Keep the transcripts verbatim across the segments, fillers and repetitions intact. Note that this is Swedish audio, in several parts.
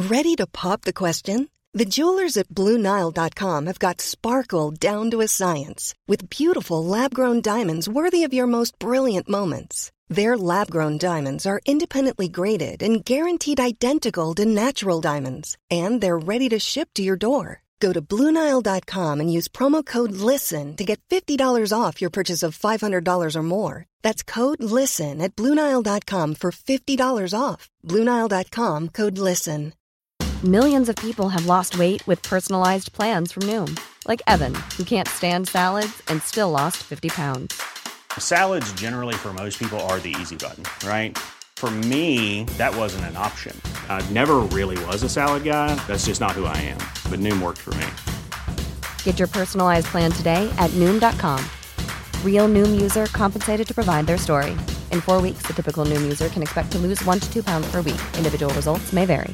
Ready to pop the question? The jewelers at Blue Nile dot com have got sparkle down to a science with beautiful lab-grown diamonds worthy of your most brilliant moments. Their lab-grown diamonds are independently graded and guaranteed identical to natural diamonds, and they're ready to ship to your door. Go to Blue Nile dot com and use promo code LISTEN to get fifty dollars off your purchase of five hundred dollars or more. That's code LISTEN at Blue Nile dot com for fifty dollars off. Blue Nile dot com, code LISTEN. Millions of people have lost weight with personalized plans from Noom. Like Evan, who can't stand salads and still lost fifty pounds. Salads generally for most people are the easy button, right? For me, that wasn't an option. I never really was a salad guy. That's just not who I am. But Noom worked for me. Get your personalized plan today at Noom dot com. Real Noom user compensated to provide their story. In four weeks, the typical Noom user can expect to lose one to two pounds per week. Individual results may vary.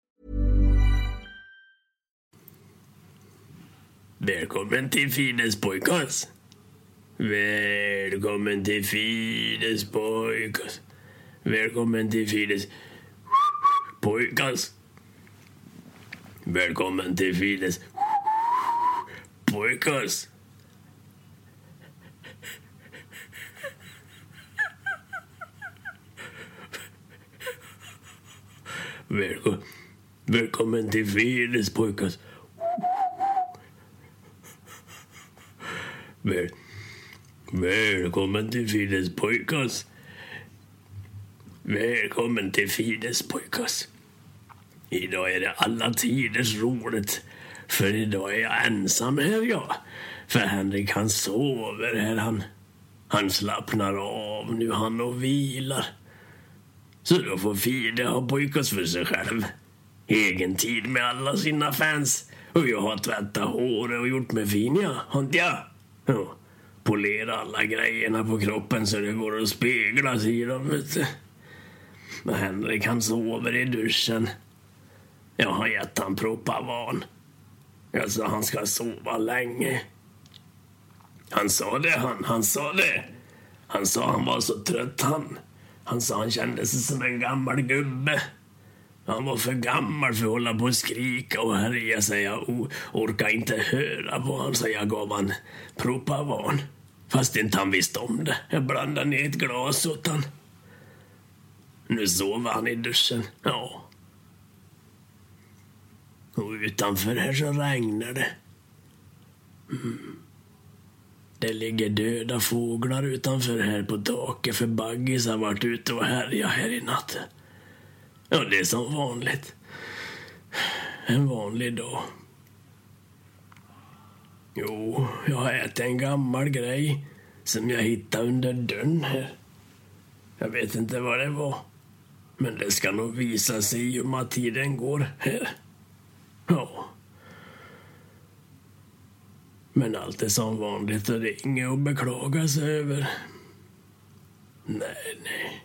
Välkommen till Fides pojkas. Välkommen till Fides pojkas. Välkommen till Fides pojkas. Välkommen till Fides pojkas. Välkommen, välkommen till Fides pojkas. Väl, välkommen till Fides pojkas. Välkommen till Fides pojkas. Idag är det alla tiders roligt. För idag är jag ensam här, ja. För Henrik han sover här. Han, han slappnar av nu han och vilar. Så då får Fide ha pojkas för sig själv. Egen tid med alla sina fans. Och jag har tvättat håret och gjort mig fin, ja. Har inte jag? Ja. Polera alla grejerna på kroppen så det går att spegla sig i dem, vet du. Men Henrik han sover i duschen. Jag har gett han Propavan. Jag sa han ska sova länge. Han sa det, han, han sa det. Han sa han var så trött han. Han sa han kände sig som en gammal gubbe. Han var för gammal för att hålla på och skrika och härja sig. Jag orkar inte höra på han, så jag gav han Propavan. Fast inte han visste om det. Jag blandade ner ett glas åt han. Nu sover han i duschen. Ja. Och utanför här så regnar det. Mm. Det ligger döda fåglar utanför här på taket, för Baggis har varit ute och härjat här i natt. Ja, det är som vanligt. En vanlig dag. Jo, jag har ätit en gammal grej som jag hittade under dörren här. Jag vet inte vad det var. Men det ska nog visa sig om att tiden går här. Ja. Men allt är som vanligt och det är inget att beklaga sig över. Nej, nej.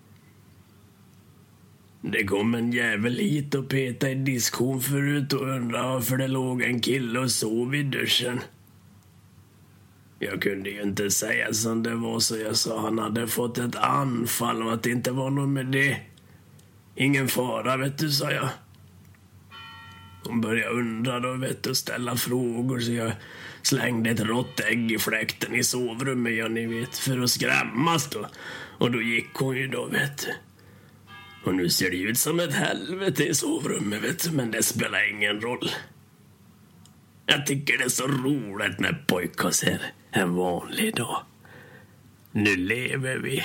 Det kom en jävel hit och petade i diskon förut och undrade varför det låg en kille och sov i duschen. Jag kunde ju inte säga som det var, så jag sa han hade fått ett anfall och att det inte var något med det. Ingen fara, vet du, sa jag. Hon började undra då, vet du, och ställa frågor, så jag slängde ett rått ägg i fläkten i sovrummet, ja ni vet, för att skrämmas då. Och då gick hon ju då, vet du. Och nu ser det ut som ett helvete i sovrummet, vet du, men det spelar ingen roll. Jag tycker det är så roligt när pojkar ser en vanlig dag. Nu lever vi.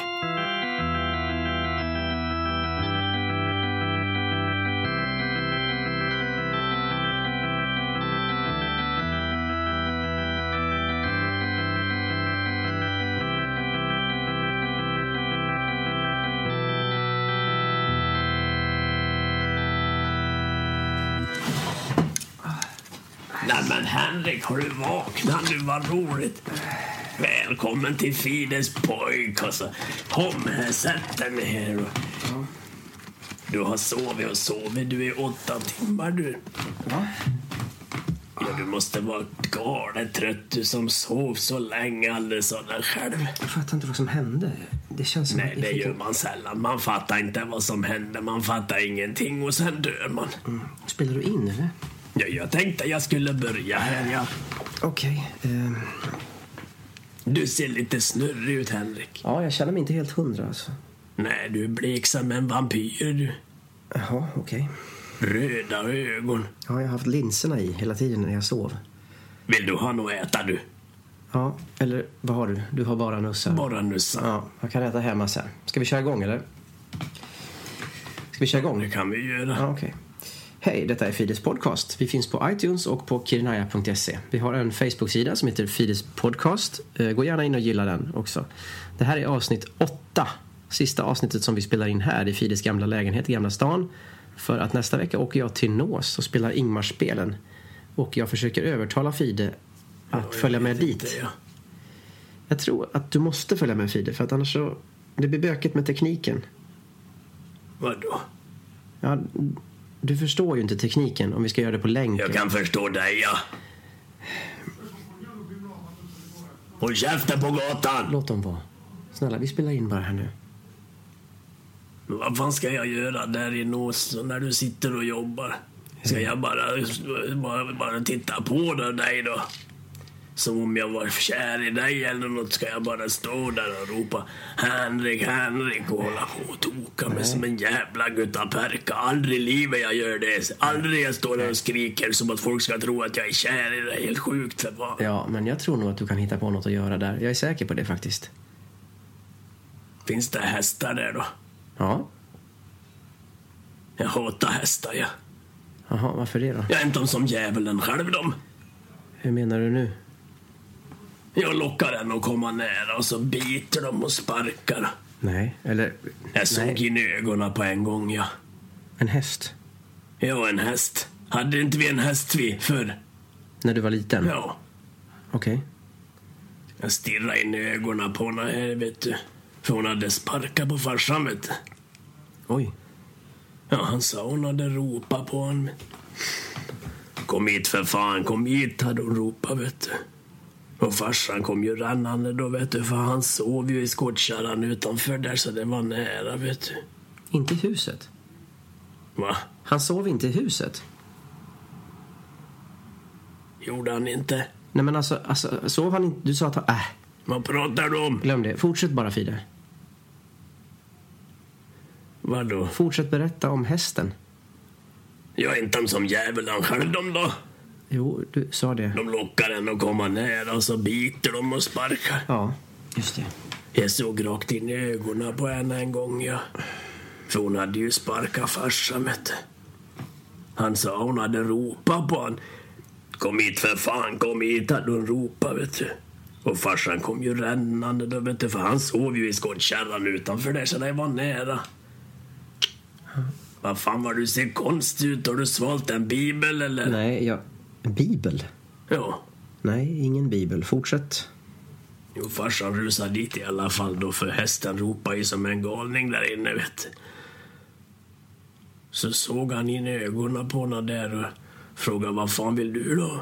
Nej men Henrik, har du vaknat? Du var roligt. Välkommen till Fides pojk. Alltså. Kom här, sätt dig ner. Du har sovit och sovit. Du är åtta timmar, du. Ja. Ja, du måste vara galet trött, du som sov så länge alldeles av dig själv. Jag fattar inte vad som hände. det känns som Nej, att det fick gör en... man sällan. Man fattar inte vad som händer. Man fattar ingenting och sen dör man. Mm. Spelar du in, eller? Ja, jag tänkte jag skulle börja här, ja. Okej. Okay, um... Du ser lite snurrig ut, Henrik. Ja, jag känner mig inte helt hundra, alltså. Nej, du är blek som en vampyr, du. Jaha, okej. Okay. Röda ögon. Ja, jag har haft linserna i hela tiden när jag sov. Vill du ha något att äta, du? Ja, eller vad har du? Du har bara nussar. Bara nussar. Ja, jag kan äta hemma sen. Ska vi köra igång, eller? Ska vi köra igång? Det kan vi göra. Ja, okej. Okay. Hej, detta är Fides podcast. Vi finns på iTunes och på kirinaya punkt se. Vi har en Facebook-sida som heter Fides podcast. Gå gärna in och gilla den också. Det här är avsnitt åtta. Sista avsnittet som vi spelar in här i Fides gamla lägenhet i Gamla stan. För att nästa vecka åker jag till Nås och spelar Ingmars-spelen. Och jag försöker övertala Fide att ja, följa med dit. Inte, ja. Jag tror att du måste följa med, Fide, för att annars så... Det blir bökigt med tekniken. Vadå? Ja, du förstår ju inte tekniken om vi ska göra det på länk. Jag kan förstå dig, ja. Håll käften på gatan! Låt dem vara. Snälla, vi spelar in bara här nu. Men vad fan ska jag göra där i Nås när du sitter och jobbar? Ska jag bara, bara, bara titta på dig då? Som om jag var kär i dig eller något. Ska jag bara stå där och ropa Henrik, Henrik och hålla på och toka mig som en jävla guttaperka. Aldrig i livet jag gör det. Aldrig jag står där och skriker som att folk ska tro att jag är kär i dig. Helt sjukt för vad. Ja, men jag tror nog att du kan hitta på något att göra där. Jag är säker på det faktiskt. Finns det hästar där då? Ja. Jag hatar hästar, ja. Jaha, varför det då? Jag är inte som djävulen själv dem. Hur menar du nu? Jag lockar den att komma nära och så biter de och sparkar. Nej, eller... Jag såg nej. in i ögonen på en gång, ja. En häst? Ja, en häst. Hade inte vi en häst vi förr? När du var liten? Ja. Okej. Okay. Jag stirrade in i ögonen på henne här, vet du. För hon hade sparkat på farsan, vet du. Oj. Ja, han sa hon hade ropat på honom. Kom hit för fan, kom hit, hade hon ropat, vet du. Och farsan kom ju rännande då, vet du. För han sov ju i skottkärran utanför där, så det var nära, vet du. Inte i huset? Va? Han sov inte i huset? Gjorde han inte? Nej, men alltså, alltså sov han inte? Du sa att han... Äh. Vad pratar du om? Glöm det. Fortsätt bara, Fide. Vadå? Fortsätt berätta om hästen. Jag är inte som djävulen själv de då. Jo, du sa det. De lockar en att komma nära och så biter de och sparkar. Ja, just det. Jag såg rakt in i ögonen på henne en gång, ja. För hon hade ju sparkat farsan, vet du. Han sa hon hade ropat på han. Kom hit för fan, kom hit, hade hon ropat, vet du. Och farsan kom ju rännande då, vet du. För han sov ju i skottkärran utanför där, så det var nära. Mm. Vad fan var du ser konstigt ut? Har du svalt en bibel eller? Nej, jag... En bibel? Ja. Nej, ingen bibel. Fortsätt. Jo, farsan rusade dit i alla fall då, för hästen ropade ju som en galning där inne, vet du. Så såg han in i ögonen på henne där och frågade, vad fan vill du då?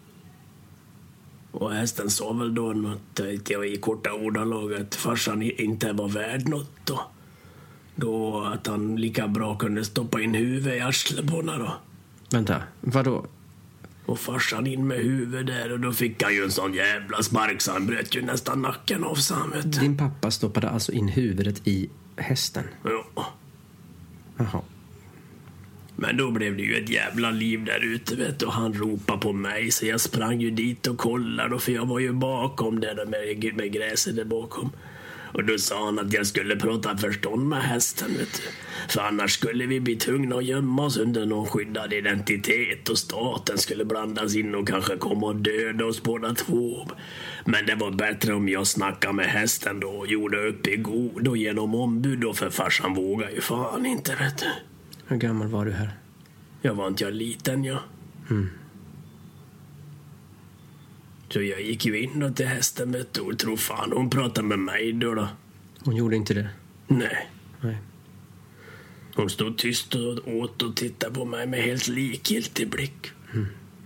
Och hästen sa väl då något i korta ordalag att farsan inte var värd något då. Då att han lika bra kunde stoppa in huvudet i arslet på henne då. Vänta, vadå? Och farsan in med huvudet där och då fick han ju en sån jävla spark så han bröt ju nästan nacken av sammet. Din pappa stoppade alltså in huvudet i hästen? Ja. Jaha. Men då blev det ju ett jävla liv där ute, vet du. Och han ropade på mig så jag sprang ju dit och kollade. För jag var ju bakom där med, med gräset där bakom. Och då sa han att jag skulle prata förstånd med hästen, vet du. För annars skulle vi bli tvungna att gömma oss under någon skyddad identitet. Och staten skulle blandas in och kanske komma och döda oss båda två. Men det var bättre om jag snackade med hästen då och gjorde upp i god och genom ombud då, för farsan vågar ju fan inte, vet du. Hur gammal var du här? Jag var inte jag liten, ja. Mm. Så jag gick ju in då till hästen, vet du, och tror fan hon pratade med mig då då. Hon gjorde inte det? Nej. Nej. Hon stod tyst och åt och tittade på mig med helt likgiltig blick. Mm.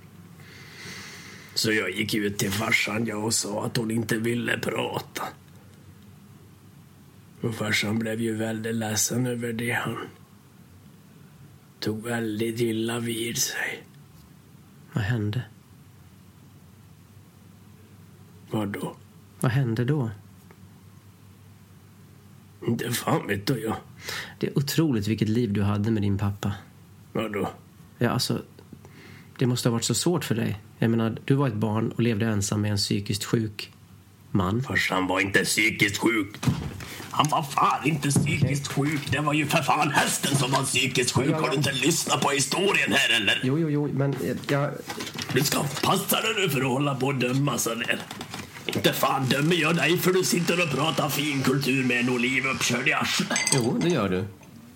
Så jag gick ut till farsan jag och sa att hon inte ville prata. Och farsan blev ju väldigt ledsen över det. Han tog väldigt illa vid sig. Vad hände? Vad då? Vad hände då? Inte fan vet du jag. Det är otroligt vilket liv du hade med din pappa. Vad då? Ja, alltså, det måste ha varit så svårt för dig. Jag menar, du var ett barn och levde ensam med en psykiskt sjuk man. Farsan var inte psykiskt sjuk. Han var fan inte psykiskt sjuk. Det var ju för fan hästen som var psykiskt sjuk. Har du inte lyssnat på historien här eller? Jo, jo, jo, men jag... Du ska passa dig nu för att hålla på och döma så där. Inte fan dömer jag dig för du sitter och pratar fin kultur med en oliv uppkörd i arslet. Jo, det gör du.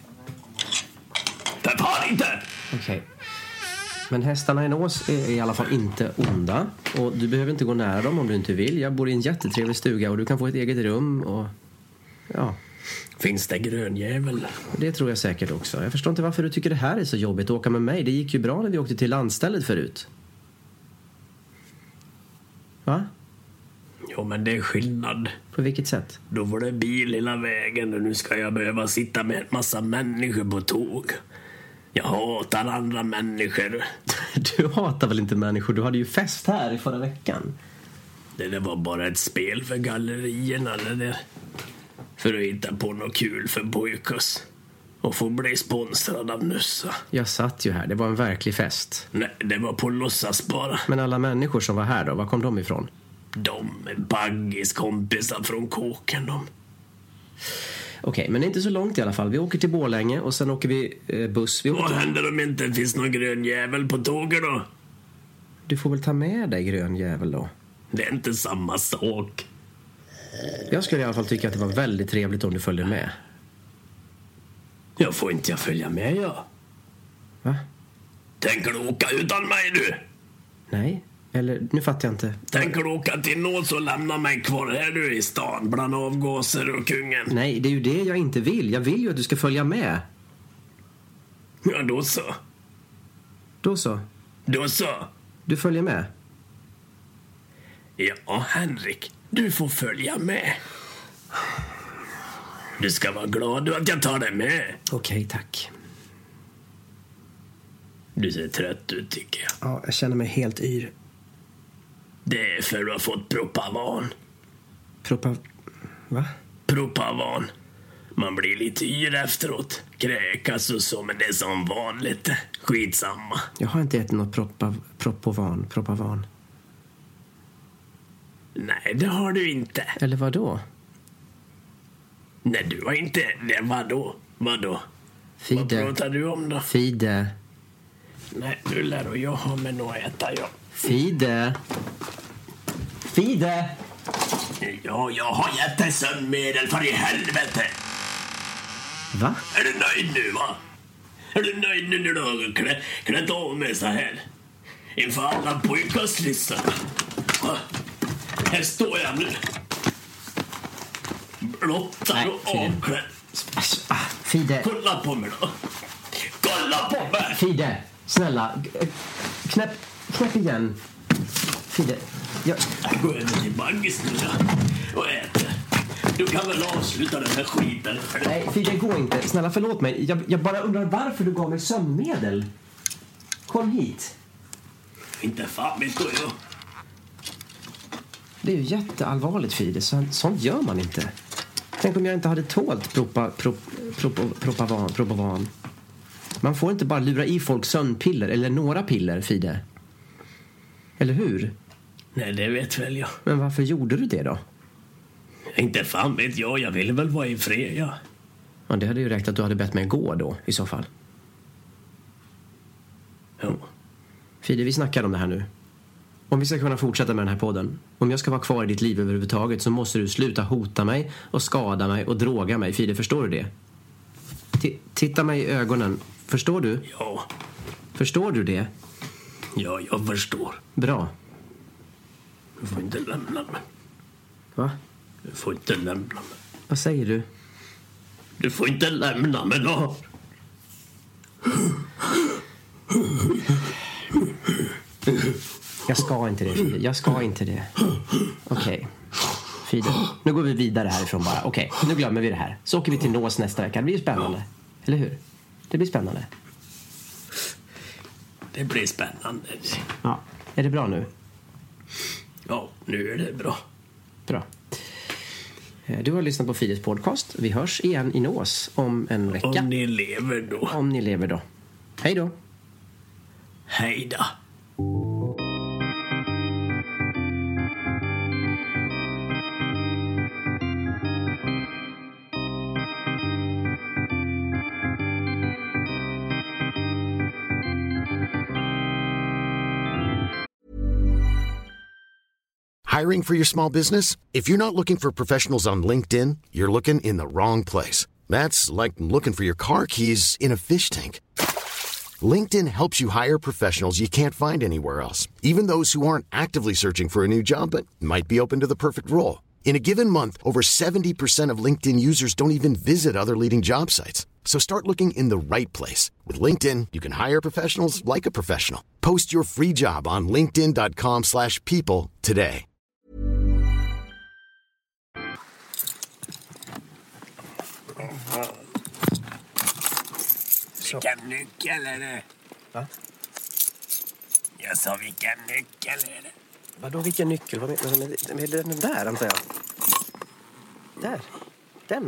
För fan inte! Okej. Okay. Men hästarna i Nås är i alla fall inte onda. Och du behöver inte gå nära dem om du inte vill. Jag bor i en jättetrevlig stuga och du kan få ett eget rum och... Ja. Finns det grönjävel? Det tror jag säkert också. Jag förstår inte varför du tycker det här är så jobbigt att åka med mig. Det gick ju bra när vi åkte till landstället förut. Va? Jo, men det är skillnad. På vilket sätt? Då var det bil hela vägen och nu ska jag behöva sitta med en massa människor på tåg. Jag hatar andra människor. Du hatar väl inte människor? Du hade ju fest här i förra veckan. Det där var bara ett spel för gallerierna, det där. För att hitta på något kul för pojkas. Och få bli sponsrad av Nussa. Jag satt ju här, det var en verklig fest. Nej, det var på låtsas bara. Men alla människor som var här då, var kom de ifrån? De är Baggis kompisar från kåken, de. Okej, okay, men inte så långt i alla fall. Vi åker till Borlänge och sen åker vi eh, buss. Vi åker Vad till... händer om inte det finns någon grön jävel på tåget då? Du får väl ta med dig grön jävel då. Det är inte samma sak. Jag skulle i alla fall tycka att det var väldigt trevligt om du följde med. Jag får inte jag följa med, ja. Va? Tänker du åka utan mig nu? Nej, eller nu fattar jag inte. Tänker du åka till Nås och lämna mig kvar här du i stan bland avgaser och kungen? Nej, det är ju det jag inte vill. Jag vill ju att du ska följa med. Ja, då så. Då så. Då så. Du följer med? Ja, Henrik. Du får följa med. Du ska vara glad att jag tar dig med. Okej, okay, tack. Du ser trött ut, tycker jag. Ja, jag känner mig helt yr. Det är för att du har fått Propavan. Propa... Va? Propavan. Man blir lite yr efteråt. Kräkas och så, men det är som vanligt. Skitsamma. Jag har inte ätit något propa... Propovan. Propavan. Nej, det har du inte. Eller vad då? Nej, du har inte... Det vad då? Vad då? Fide. Vad pratar du om då? Fide. Nej, du lär och jag har med något att äta, ja. Fide. Fide. Ja, jag har gett dig sömnmedel för i helvete. Va? Är du nöjd nu, va? Är du nöjd nu när du har klätt, klätt av mig så här? Inför alla pojkars lyssnare. Här står jag nu. Blottar och avklädd. Fide. Kolla på mig då. Kolla på mig. Fide, snälla. Knäpp, knäpp igen. Fide. Jag... Gå över till Baggis nu då. Och äter. Du kan väl avsluta den här skiten. Nej, Fide, gå inte. Snälla, förlåt mig. Jag, jag bara undrar varför du gav mig sömnmedel. Kom hit. Inte fan vet du jag. Det är ju jätteallvarligt, Fide. Så, sånt gör man inte. Tänk om jag inte hade tålt propa, prop, prop, propavan, propavan. Man får inte bara lura i folk sömnpiller eller några piller, Fide. Eller hur? Nej, det vet väl jag. Men varför gjorde du det då? Inte fan vet jag. Jag ville väl vara i fred, ja. Ja, det hade ju räckt att du hade bett mig gå då, i så fall. Ja. Fide, vi snackar om det här nu. Om vi ska kunna fortsätta med den här podden, om jag ska vara kvar i ditt liv överhuvudtaget, så måste du sluta hota mig och skada mig och droga mig. Fide, förstår du det? T- titta mig i ögonen. Förstår du? Ja. Förstår du det? Ja, jag förstår. Bra. Du får inte lämna mig. Va? Du får inte lämna mig. Vad säger du? Du får inte lämna mig då. Jag ska inte det, Fide. Jag ska inte det. Okej. Okay. Fide, nu går vi vidare härifrån bara. Okej, okay, nu glömmer vi det här. Så åker vi till Nås nästa vecka. Det blir ju spännande. Eller hur? Det blir spännande. Det blir spännande. Ja, är det bra nu? Ja, nu är det bra. Bra. Du har lyssnat på Fides podcast. Vi hörs igen i Nås om en vecka. Om ni lever då. Om ni lever då. Hej då. Hej då. Hiring for your small business? If you're not looking for professionals on LinkedIn, you're looking in the wrong place. That's like looking for your car keys in a fish tank. LinkedIn helps you hire professionals you can't find anywhere else, even those who aren't actively searching for a new job but might be open to the perfect role. In a given month, over seventy percent of LinkedIn users don't even visit other leading job sites. So start looking in the right place. With LinkedIn, you can hire professionals like a professional. Post your free job on linkedin dot com slash people today. Vilken nyckel är det? Va? Jag sa vilken nyckel är det? Vadå vilken nyckel? Vad menar du? Den där antar jag. Där. Den.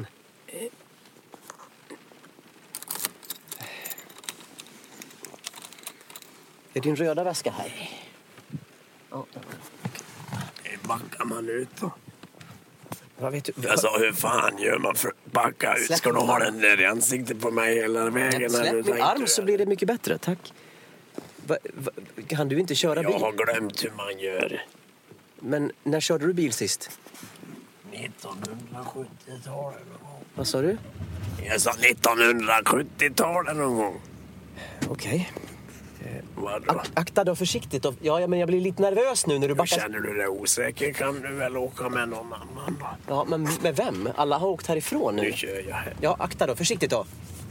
Är din röda väska här? Ja. Det backar man ut då. Vad vet du? Jag sa, hur fan gör man för att backa ut? Släpp Ska du ha den där i ansiktet på mig hela vägen? Släpp min arm så blir det mycket bättre, tack. Va, va, kan du inte köra bil? Jag har glömt hur man gör. Men när körde du bil sist? nittonhundrasjuttiotalet någon gång. Vad sa du? Jag sa nittonhundrasjuttiotalet någon gång. Okej. Vadå? Ak- akta då försiktigt. Och, ja, men jag blir lite nervös nu när du backar. Känner du dig osäker kan du väl åka med någon annan då? Ja, men med vem? Alla har åkt härifrån nu. Nu kör jag här. Ja, akta då. Försiktigt då.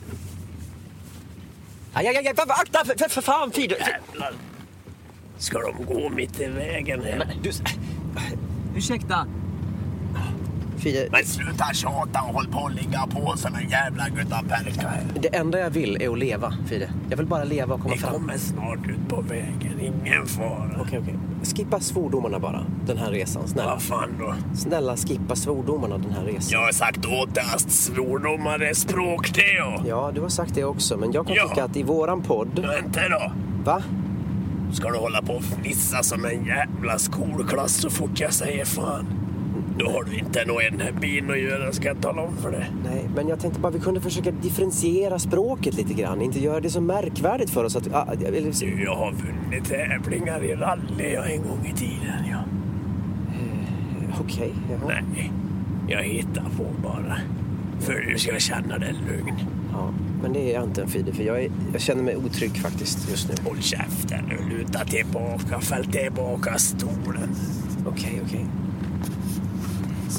Aj, aj, aj, aj akta! För, för, för fan, Fide! Jävlar. Ska de gå mitt i vägen här? Men du... Ursäkta. Fide... Men sluta tjata och håll på och ligga på som en jävla guttaperka här. Det enda jag vill är att leva, Fide. Jag vill bara leva och komma Vi fram. Vi kommer snart ut på vägen. Ingen fara. Okej, okej. Skippa svordomarna bara, den här resan. Snälla. Vad fan då? Snälla, skippa svordomarna den här resan. Jag har sagt åt dig att svordomar är språk det, ja. Ja, du har sagt det också. Men jag kan Ja. tycka att i våran podd... Vänta då. Va? Ska du hålla på och fnissa som en jävla skolklass så fort jag säger fan? Då har du inte nog en här bilen att göra, ska jag tala om för det. Nej, men jag tänkte bara vi kunde försöka differentiera språket lite grann. Inte göra det så märkvärdigt för oss att... Ah, jag, vill... Du, jag har vunnit tävlingar i rally jag en gång i tiden, ja. Eh, Okej, okay, Nej, jag hittar på bara. För du ska känna dig lugn. Ja, men det är jag inte en Fide, för jag, är, jag känner mig otrygg faktiskt just nu. Håll käften och luta tillbaka, fäll tillbaka stolen. Okej, okay, okej. Okay. Så.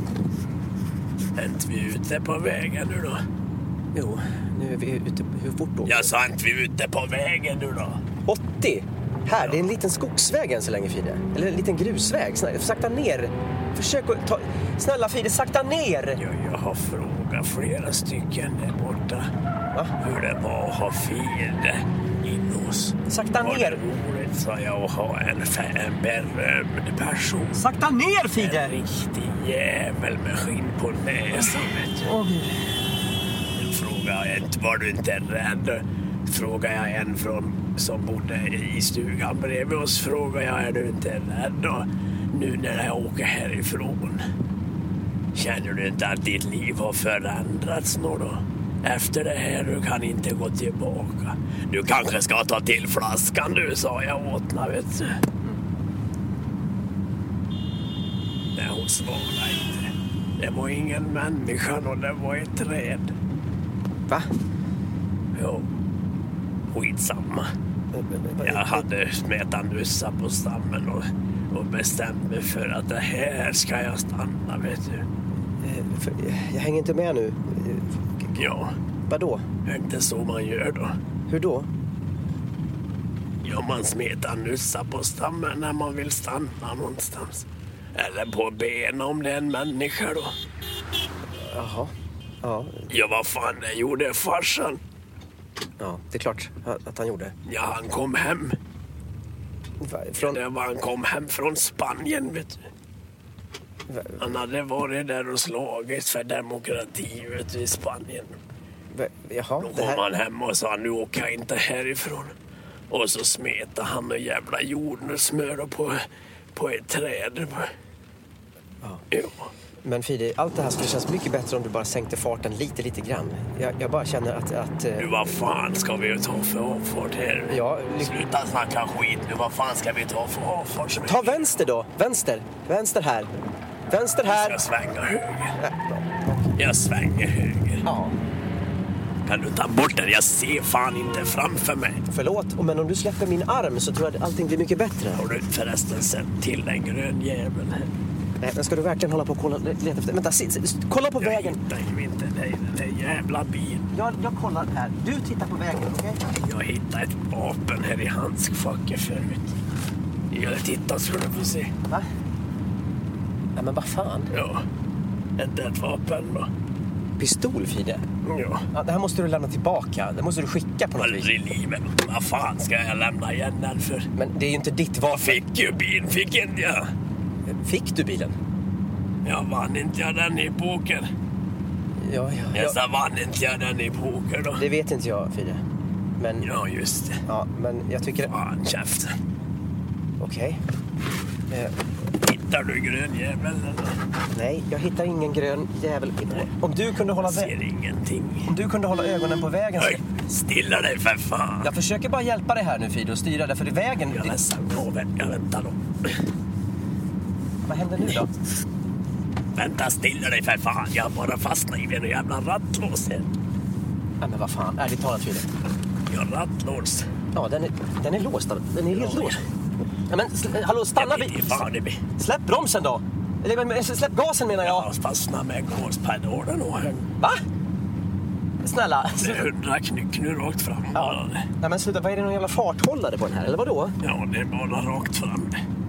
Är inte vi ute på vägen nu då? Jo, nu är vi ute. Hur fort då? Jag sa inte vi ute på vägen nu då? åttio? Här, det är en liten skogsväg än så länge, Fide. Eller en liten grusväg. Snälla, sakta ner. Försök att ta... Snälla, Fide, sakta ner! Jag, jag har frågat flera stycken där borta. Va? Hur det var att ha Fide in oss. Sakta var ner! Det roligt, sa jag, att ha en, en berömd person. Sakta ner, Fide! En riktig jävel med skinn på näsan, vet du. Åh, Gud. Jag frågade inte, var du inte rädd? Frågade jag en från, som bodde i stugan bredvid oss. Frågade jag, är du inte rädd? Och nu när jag åker härifrån, känner du inte att ditt liv har förändrats nå då? Efter det här, du kan inte gå tillbaka. Du kanske ska ta till flaskan du, sa jag åt henne, vet du. Nej, hon svarade inte. Det var ingen människa och det var ett träd. Va? Jo, skitsamma. Jag hade smetandussa på stammen och, och bestämde mig för att det här ska jag stanna, vet du. Jag hänger inte med nu. Ja. Vadå? Det är inte så man gör då. Hur då? Ja, man smetar nussa på stammen när man vill stanna någonstans. Eller på ben om det är en människa då. Jaha. Ja. Ja, vad fan det gjorde farsan? Ja, det är klart att han gjorde. Ja, han kom hem. Från... Det var han kom hem från Spanien, vet du. Han hade varit där och slagits för demokrati, vet du, i Spanien. Jaha, Då kom det här... han hem och sa, nu åker jag inte härifrån. Och så smetade han en jävla jordnötssmör på, på ett träd. Ja. Jo. Men Fide, allt det här skulle kännas mycket bättre om du bara sänkte farten lite, lite grann. Jag, jag bara känner att... att Nu, vad fan ska vi ta för avfart här? Ja, Sluta snacka skit nu, vad fan ska vi ta för avfart? ta vänster då, vänster, vänster här. Vänster här. Jag svänger höger. Jag svänger höger. Ja. Kan du ta bort den? Jag ser fan inte framför mig. Förlåt, men om du släpper min arm så tror jag att allting blir mycket bättre. Har du förresten sett till en grön jävel här? Nej, men ska du verkligen hålla på och kolla, leta efter... Vänta, sit, sit, kolla på Jag vägen. hittar ju inte dig, den där jävla bilen. Jag, jag kollar här. Du tittar på vägen, okej? Okay? Jag hittade ett vapen här i handskfacket förut. Jag tittar så du får se. Va? Nej, men vad fan? Ja, inte ett vapen då. Pistol, Fide? Ja. Ja, det här måste du lämna tillbaka. Det måste du skicka på något vis. Aldrig i livet. Vad fan ska jag lämna igen den för? Men det är ju inte ditt vapen. Fick ju bilen, fick inte jag. Fick du bilen? Jag vann inte jag den i poker. Ja, ja. Jag ja. sa vann inte jag den i poker då. Det vet inte jag, Fide. Men... Ja, just det. Ja, men jag tycker... Fan, käften. Okej. Okay. Eh, Hittar du grön jävel eller? nej, jag hittar ingen grön jävel. Om du kunde hålla... Jag ser ingenting. Om du kunde hålla ögonen på vägen... Oj, stilla dig för fan. Jag försöker bara hjälpa dig här nu, Fide, och styra dig, för i vägen... Jag är ledsen. Åh, vänta, vänta då. Vad händer nu då? Vänta, stilla dig för fan. Jag bara fastnar i en jävla rattlås här. Ja, men vad fan, ärligt talat, Fide. Jag rattlås. Ja, den är, den är låst. Den är helt låst. Ja, men sl- hallå, stanna Jag blir fan, det blir... Släpp bromsen då. Eller men, släpp gasen menar jag. Jag fastnar med gaspedalen och här. Va? Snälla. Det är hundra knyck nu rakt fram. Ja. Nej, men sluta, vad är det, någon jävla farthållare på den här, eller vadå? Ja, det är bara rakt fram.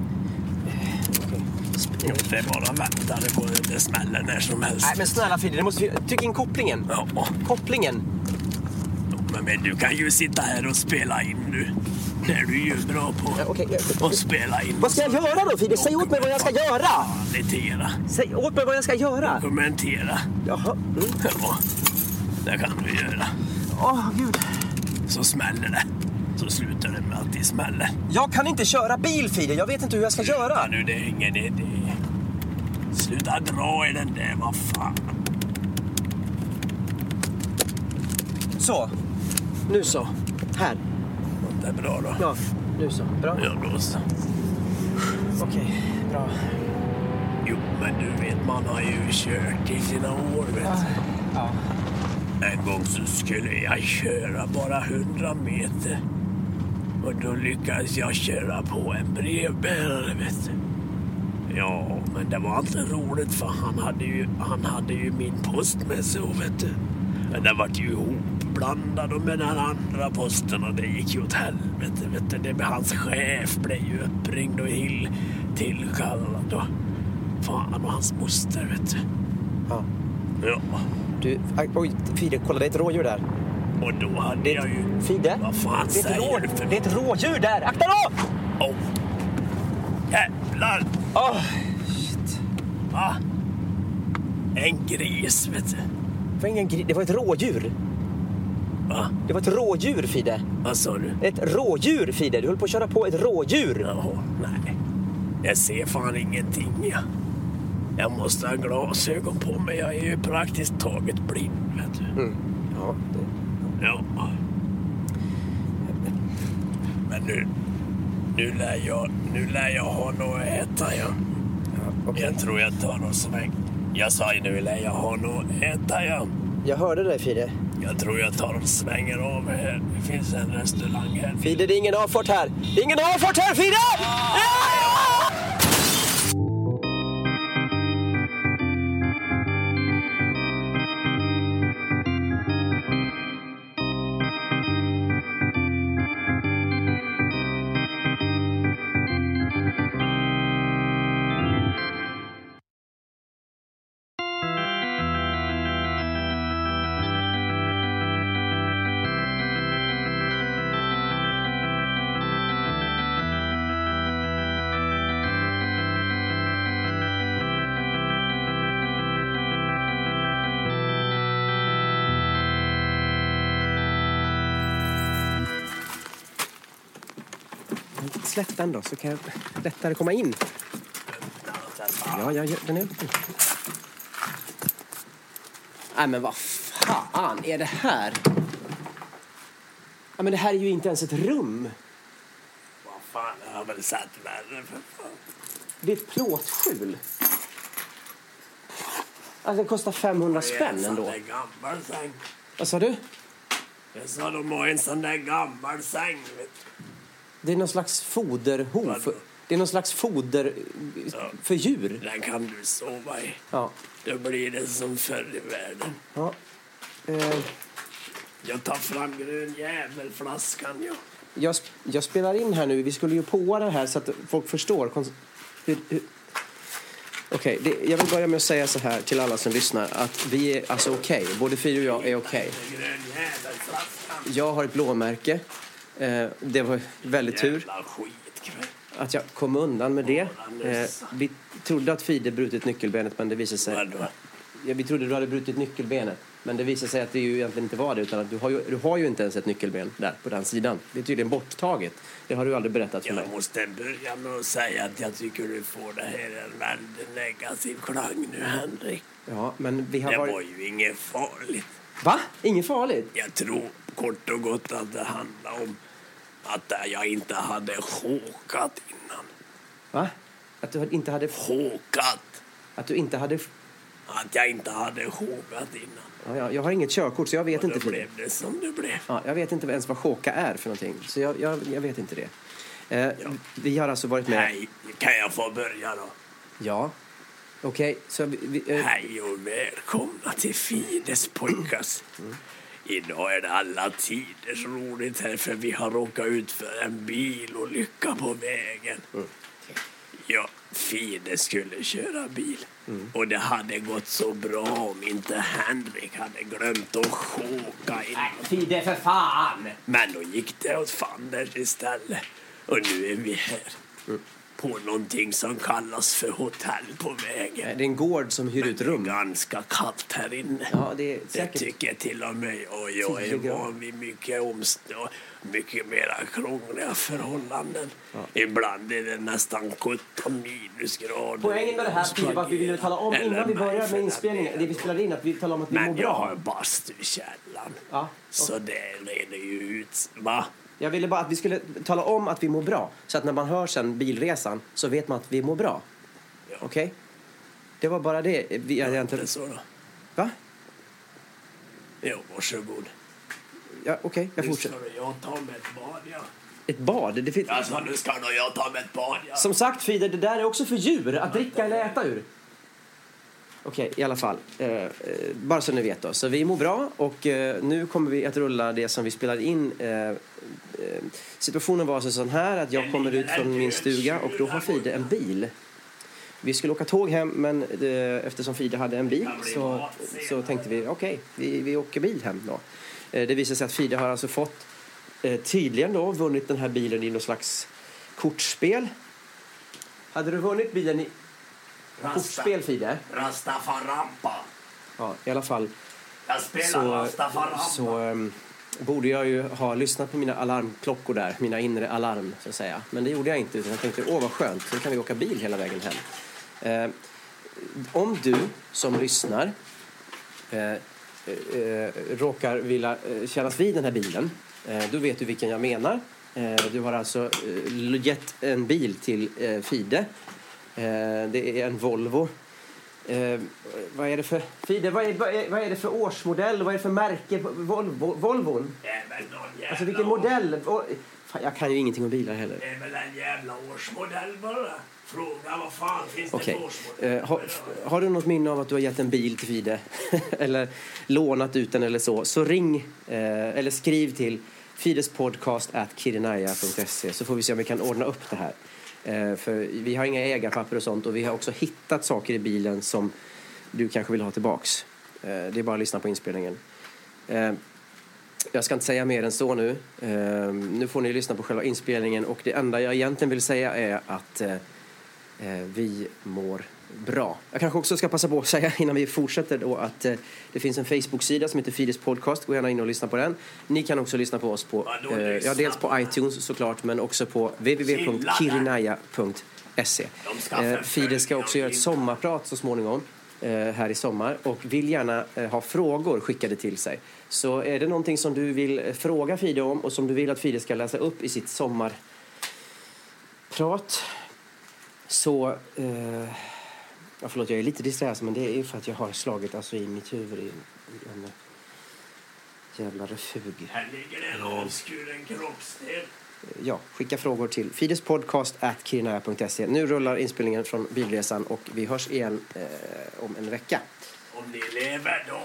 Jo, det är bara väntade på att det smäller när som helst. Nej, men snälla Fide, det måste... Tryck in kopplingen. Ja. Kopplingen. Men, men du kan ju sitta här och spela in nu. Det är du ju bra på. Ja, okej. Och spela in. Vad ska jag göra då, Fide? Säg åt mig vad jag ska göra. Dokumentera. Säg åt mig vad jag ska göra. Dokumentera. Jaha. Mm. Ja, det kan du göra. Åh, oh, gud. Så smäller det. Så slutar det med att det smäller. Jag kan inte köra bil, Fide. Jag vet inte hur jag ska göra. Ja, nu, det är ingen idé. Sluta dra i den där, vad fan. Så. Nu så. Här. Det är bra då. Ja, nu så. Bra. Ja, då så. Okej, bra. Jo, men du vet, man har ju kört i sina år, vet du. Ja. En gång så skulle jag köra bara hundra meter. Och då lyckades jag köra på en brevbärare, vet du. Ja, men det var inte roligt för han hade ju, han hade ju min post med sig, vet du. Men det var ju ihopblandad med den andra posten och det gick ju åt helvete, vet du. Det med hans chef blev ju uppringd och hill tillkallad och fan och hans moster, vet du. Ja. Ja. Du, oj, Fide, kolla, det är ett rådjur där. Och då hade Det jag ju... Fide, Vad fan det är ett säger rå- du för... det är ett rådjur där. Akta då! Åh! Oh. Jävlar! Åh, oh, shit. Va? En gris, vet du. Det var ingen gri- det var ett rådjur. Va? Det var ett rådjur, Fide. Vad sa du? Ett rådjur, Fide. Du höll på att köra på ett rådjur. Jaha, nej. Jag ser fan ingenting, ja. Jag måste ha glasögon på mig. Jag är ju praktiskt taget blind, vet du. Mm. Ja, det... Ja. Men nu... Nu lär jag, nu lär jag ha något att äta, ja. Ja, okay. Jag tror jag tar någon sväng. Jag sa ju nu lär jag ha något att äta, ja. Jag hörde dig, Fide. Jag tror jag tar och svänger av här. Det finns en restaurang här. Fide, det är ingen avfart här. Det är ingen avfart här, Fide! Ah! släpp den då så kan jag lättare komma in. Ja, ja, den är öppen. Nej, men vad fan är det här? Ja, men det här är ju inte ens ett rum. Vad fan, jag har väl satt värre för fan. Det är ett plåtskjul. Alltså, den kostar femhundra spänn ändå. Det är en gammal säng. Vad sa du? Jag sa de har en sån där gammal säng, vet du. Det är någon slags foderho. För, det är någon slags foder Ja. för djur. Den kan du sova i. Ja. Då blir det som förr i världen. Ja. Eh, Jag tar fram grön jävelflaskan, ja. jag, sp- jag spelar in här nu. Vi skulle ju på det här så att folk förstår. Kons- hur, hur... Okej, okay, jag vill börja med att säga så här till alla som lyssnar. Att vi är alltså okej. Okay. Både Fide och jag är okej. Okay. Grön jävelflaskan. Jag har ett blåmärke. Eh, det var väldigt tur Jävla skitkväll. att jag kom undan med det. Eh, vi trodde att Fide brutit nyckelbenet, men det visade sig... Vadå? Ja, vi trodde du hade brutit nyckelbenet. Men det visade sig att det ju egentligen inte var det. Utan att du har ju, du har ju inte ens ett nyckelben där på den sidan. Det är tydligen borttaget. Det har du aldrig berättat för mig. Jag måste börja med att säga att jag tycker du får det här en väldigt negativ klang nu, Henrik. Ja, men vi har Det varit... var ju inget farligt. Va? Inget farligt? Jag tror kort och gott att det handlar om att jag inte hade chokat innan. Va? Att du inte hade... Chokat! Att du inte hade... Att jag inte hade chokat innan. Ja, jag, jag har inget körkort så jag vet Och inte. då blev det som det blev. Ja, jag vet inte ens vad choka är för någonting. Så jag, jag, jag vet inte det. Eh, Ja. Vi har alltså varit med... Hej, kan jag få börja då? Ja. Okej, så vi... vi eh, Hej och välkomna till Fides podcast. Mm. Idag är det alla tiders roligt här för vi har råkat ut för en bilolycka på vägen. Mm. Ja, Fide skulle köra bil. Mm. Och det hade gått så bra om inte Henrik hade glömt att choka innan. Fide, för fan! Men då gick det åt fanders istället. Och nu är vi här. Mm. På någonting som kallas för hotell på vägen. Det är en gård som hyr ut rum. Det är ganska kallt här inne. Ja, det är säkert. Det tycker till och med. Och jag är van vid mycket omstå och mycket mera krångliga förhållanden. Ja. Ibland är det nästan sjutton minusgrader. Poängen med det här Fide var att vi ville tala om Eller innan vi börjar med inspelningen. det. Det vi spelade in att vi talar om att vi Men mår bra. jag har bastu i källaren. Ja. Så det leder ju ut. Va? Jag ville bara att vi skulle tala om att vi mår bra. Så att när man hör sen bilresan så vet man att vi mår bra. Ja. Okej? Okay? Det var bara det. Vi Ja, egentligen... det är så då. Va? Jo, varsågod. Ja, okej. Okay, jag Nu fortsätter. ska jag ta med ett bad, ja. Ett bad? Det finns... Alltså, nu ska då jag ta med ett bad, ja. Som sagt, Fide, det där är också för djur. Att dricka eller äta ur. Okej, okay, i alla fall. Eh, eh, bara så ni vet då. Så vi mår bra och eh, nu kommer vi att rulla det som vi spelade in. Eh, eh, situationen var så sån här att jag kommer ut från min stuga och då har Fide en bil. Vi skulle åka tåg hem, men eh, eftersom Fide hade en bil så, så tänkte vi, okej, okay, vi, vi åker bil hem då. Eh, det visade sig att Fide har alltså fått eh, tydligen då vunnit den här bilen i någon slags kortspel. Hade du vunnit bilen i kortspel, Fide? Rastafarampa. Ja, i alla fall. Jag spelar Så, Rastafarampa. så um, borde jag ju ha lyssnat på mina alarmklockor där. Mina inre alarm, så att säga. Men det gjorde jag inte. Utan jag tänkte, åh vad skönt. Så kan vi åka bil hela vägen hem. Uh, om du som lyssnar uh, uh, råkar vilja uh, kännas vid den här bilen. Uh, då vet du vilken jag menar. Uh, du har alltså uh, gett en bil till uh, Fide. Uh, det är en Volvo. Uh, vad är det för Fide, vad är, vad, är, vad är det för årsmodell? Vad är det för märke på Volvo, Volvon? Det är väl någon jävla Alltså vilken modell? Oh, fan, jag kan ju ingenting om bilar heller. Det är väl en jävla årsmodell bara. Fråga vad fan finns det Okej. för årsmodell? Uh, har, har du något minne av att du har gett en bil till Fide? Eller lånat ut den eller så? Så ring uh, eller skriv till fidespodcast at kirinaya punkt se så får vi se om vi kan ordna upp det här. Uh, för vi har inga ägarpapper och sånt och vi har också hittat saker i bilen som du kanske vill ha tillbaks. Uh, det är bara att lyssna på inspelningen. Uh, jag ska inte säga mer än så nu. Uh, nu får ni lyssna på själva inspelningen och det enda jag egentligen vill säga är att uh, uh, vi mår Bra. Jag kanske också ska passa på att säga innan vi fortsätter då att eh, det finns en Facebook-sida som heter Fides podcast. Gå gärna in och lyssna på den. Ni kan också lyssna på oss på, eh, ja, dels på iTunes såklart, men också på w w w punkt kirinaya punkt se. Eh, Fides ska också göra ett sommarprat så småningom eh, här i sommar och vill gärna eh, ha frågor skickade till sig. Så är det någonting som du vill eh, fråga Fide om och som du vill att Fide ska läsa upp i sitt sommarprat, så... Eh, Ja, förlåt, jag är lite distraherad, men det är för att jag har slagit alltså, i mitt huvud i en jävla refug. Här ligger en avskuren kroppsdel. Ja, skicka frågor till fidespodcast at kirinaya punkt se. Nu rullar inspelningen från bilresan och vi hörs igen eh, om en vecka. Om ni lever då.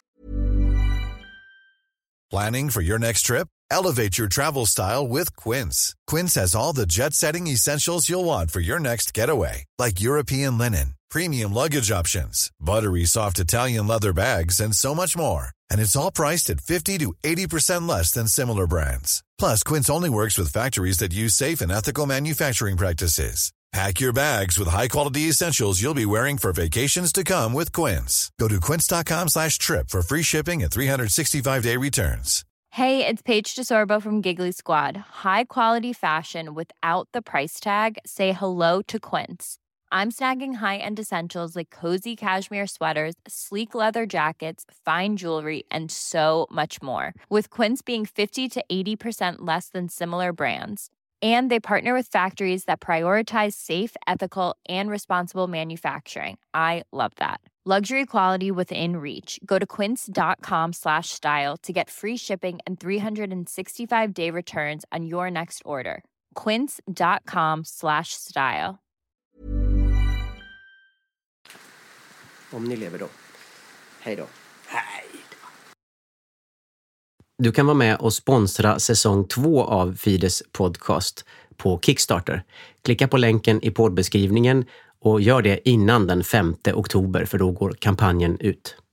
Planning for your next trip? Elevate your travel style with Quince. Quince has all the jet-setting essentials you'll want for your next getaway, like European linen, premium luggage options, buttery soft Italian leather bags, and so much more. And it's all priced at fifty to eighty percent less than similar brands. Plus, Quince only works with factories that use safe and ethical manufacturing practices. Pack your bags with high-quality essentials you'll be wearing for vacations to come with Quince. Go to quince.com slash trip for free shipping and three sixty-five day returns. Hey, it's Paige DeSorbo from Giggly Squad. High quality fashion without the price tag. Say hello to Quince. I'm snagging high-end essentials like cozy cashmere sweaters, sleek leather jackets, fine jewelry, and so much more. With Quince being fifty to eighty percent less than similar brands. And they partner with factories that prioritize safe, ethical, and responsible manufacturing. I love that. Luxury quality within reach. Go to quince.com slash style to get free shipping and three sixty-five day returns on your next order. Quince.com slash style. Om ni lever då. Hej då. Hej. Du kan vara med och sponsra säsong två av Fides podcast på Kickstarter. Klicka på länken i poddbeskrivningen och gör det innan den femte oktober, för då går kampanjen ut.